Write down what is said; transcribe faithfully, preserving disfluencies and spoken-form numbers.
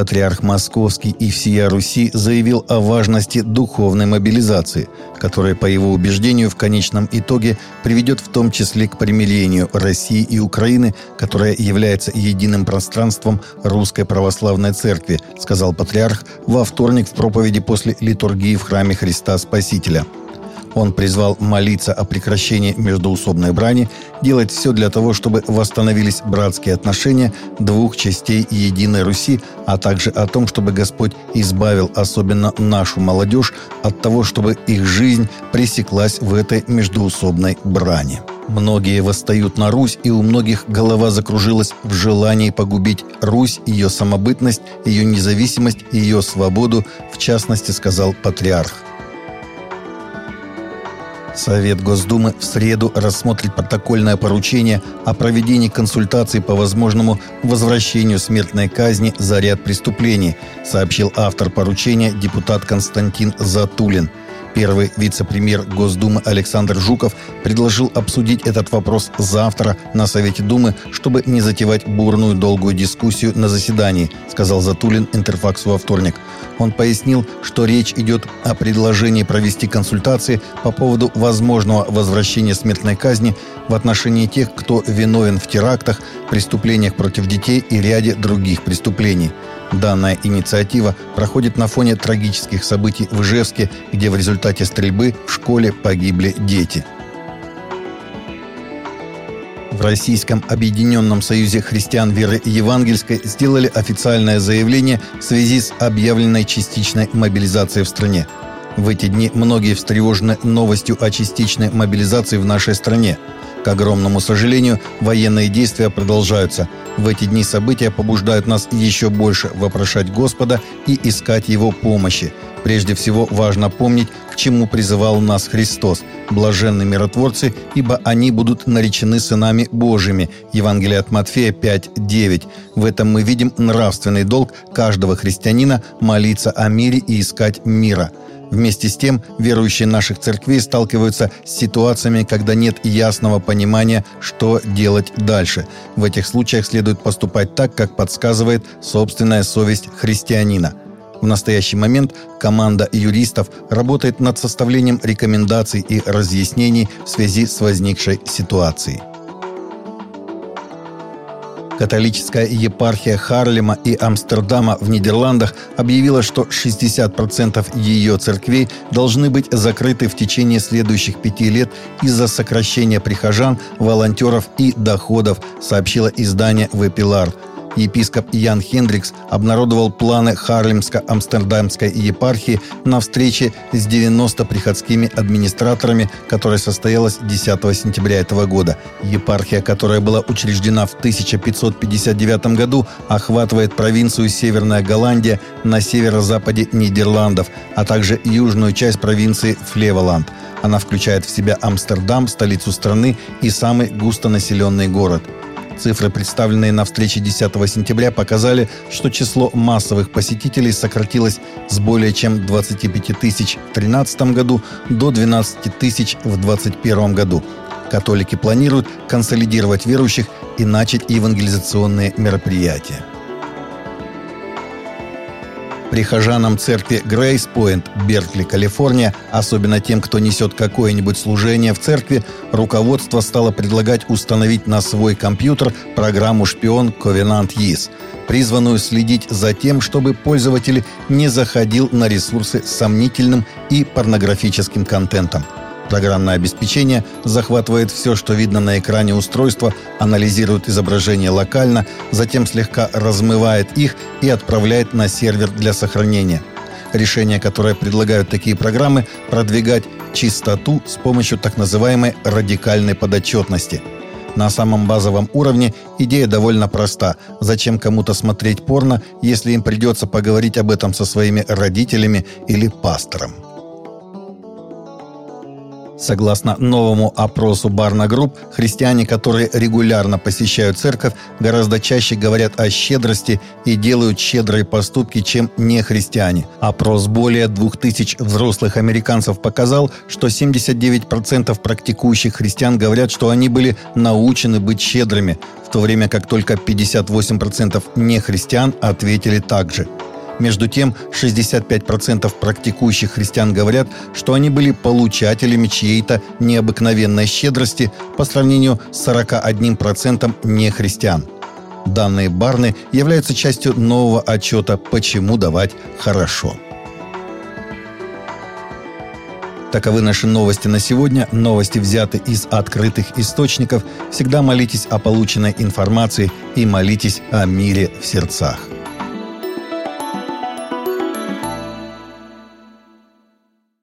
Патриарх Московский и всея Руси заявил о важности духовной мобилизации, которая, по его убеждению, в конечном итоге приведет в том числе к примирению России и Украины, которая является единым пространством Русской Православной Церкви, сказал патриарх во вторник в проповеди после литургии в храме Христа Спасителя. Он призвал молиться о прекращении междоусобной брани, делать все для того, чтобы восстановились братские отношения двух частей единой Руси, а также о том, чтобы Господь избавил особенно нашу молодежь от того, чтобы их жизнь пресеклась в этой междоусобной брани. Многие восстают на Русь, и у многих голова закружилась в желании погубить Русь, ее самобытность, ее независимость, ее свободу, в частности, сказал патриарх. Совет Госдумы в среду рассмотрит протокольное поручение о проведении консультаций по возможному возвращению смертной казни за ряд преступлений, сообщил автор поручения депутат Константин Затулин. Первый вице-премьер Госдумы Александр Жуков предложил обсудить этот вопрос завтра на Совете Думы, чтобы не затевать бурную долгую дискуссию на заседании, сказал Затулин Интерфаксу во вторник. Он пояснил, что речь идет о предложении провести консультации по поводу возможного возвращения смертной казни в отношении тех, кто виновен в терактах, преступлениях против детей и ряде других преступлений. Данная инициатива проходит на фоне трагических событий в Ижевске, где в результате стрельбы в школе погибли дети. В Российском объединенном союзе христиан веры евангельской сделали официальное заявление в связи с объявленной частичной мобилизацией в стране. В эти дни многие встревожены новостью о частичной мобилизации в нашей стране. К огромному сожалению, военные действия продолжаются. В эти дни события побуждают нас еще больше вопрошать Господа и искать Его помощи. Прежде всего, важно помнить, к чему призывал нас Христос. «Блаженны миротворцы, ибо они будут наречены сынами Божьими». Евангелие от Матфея пять девять. В этом мы видим нравственный долг каждого христианина молиться о мире и искать мира. Вместе с тем, верующие наших церквей сталкиваются с ситуациями, когда нет ясного понимания, что делать дальше. В этих случаях следует поступать так, как подсказывает собственная совесть христианина. В настоящий момент команда юристов работает над составлением рекомендаций и разъяснений в связи с возникшей ситуацией. Католическая епархия Харлема и Амстердама в Нидерландах объявила, что шестьдесят процентов ее церквей должны быть закрыты в течение следующих пяти лет из-за сокращения прихожан, волонтеров и доходов, сообщило издание «Вепилар». Епископ Ян Хендрикс обнародовал планы Харлемско-Амстердамской епархии на встрече с девяноста приходскими администраторами, которая состоялась десятого сентября этого года. Епархия, которая была учреждена в тысяча пятьсот пятьдесят девятом году, охватывает провинцию Северная Голландия на северо-западе Нидерландов, а также южную часть провинции Флеволанд. Она включает в себя Амстердам, столицу страны, и самый густонаселенный город. Цифры, представленные на встрече десятого сентября, показали, что число массовых посетителей сократилось с более чем двадцати пяти тысяч в две тысячи тринадцатом году до двенадцати тысяч в две тысячи двадцать первом году. Католики планируют консолидировать верующих и начать евангелизационные мероприятия. Прихожанам церкви Грейс-Пойнт, Беркли, Калифорния, особенно тем, кто несет какое-нибудь служение в церкви, руководство стало предлагать установить на свой компьютер программу «Шпион Covenant Yes», призванную следить за тем, чтобы пользователь не заходил на ресурсы с сомнительным и порнографическим контентом. Программное обеспечение захватывает все, что видно на экране устройства, анализирует изображение локально, затем слегка размывает их и отправляет на сервер для сохранения. Решения, которые предлагают такие программы, продвигать чистоту с помощью так называемой радикальной подотчетности. На самом базовом уровне идея довольно проста. Зачем кому-то смотреть порно, если им придется поговорить об этом со своими родителями или пастором? Согласно новому опросу Барна Групп, христиане, которые регулярно посещают церковь, гораздо чаще говорят о щедрости и делают щедрые поступки, чем нехристиане. Опрос более двух тысяч взрослых американцев показал, что семьдесят девять процентов практикующих христиан говорят, что они были научены быть щедрыми, в то время как только пятьдесят восемь процентов нехристиан ответили так же. Между тем, шестьдесят пять процентов практикующих христиан говорят, что они были получателями чьей-то необыкновенной щедрости по сравнению с сорок одним процентом нехристиан. Данные Барны являются частью нового отчета «Почему давать хорошо». Таковы наши новости на сегодня. Новости взяты из открытых источников. Всегда молитесь о полученной информации и молитесь о мире в сердцах.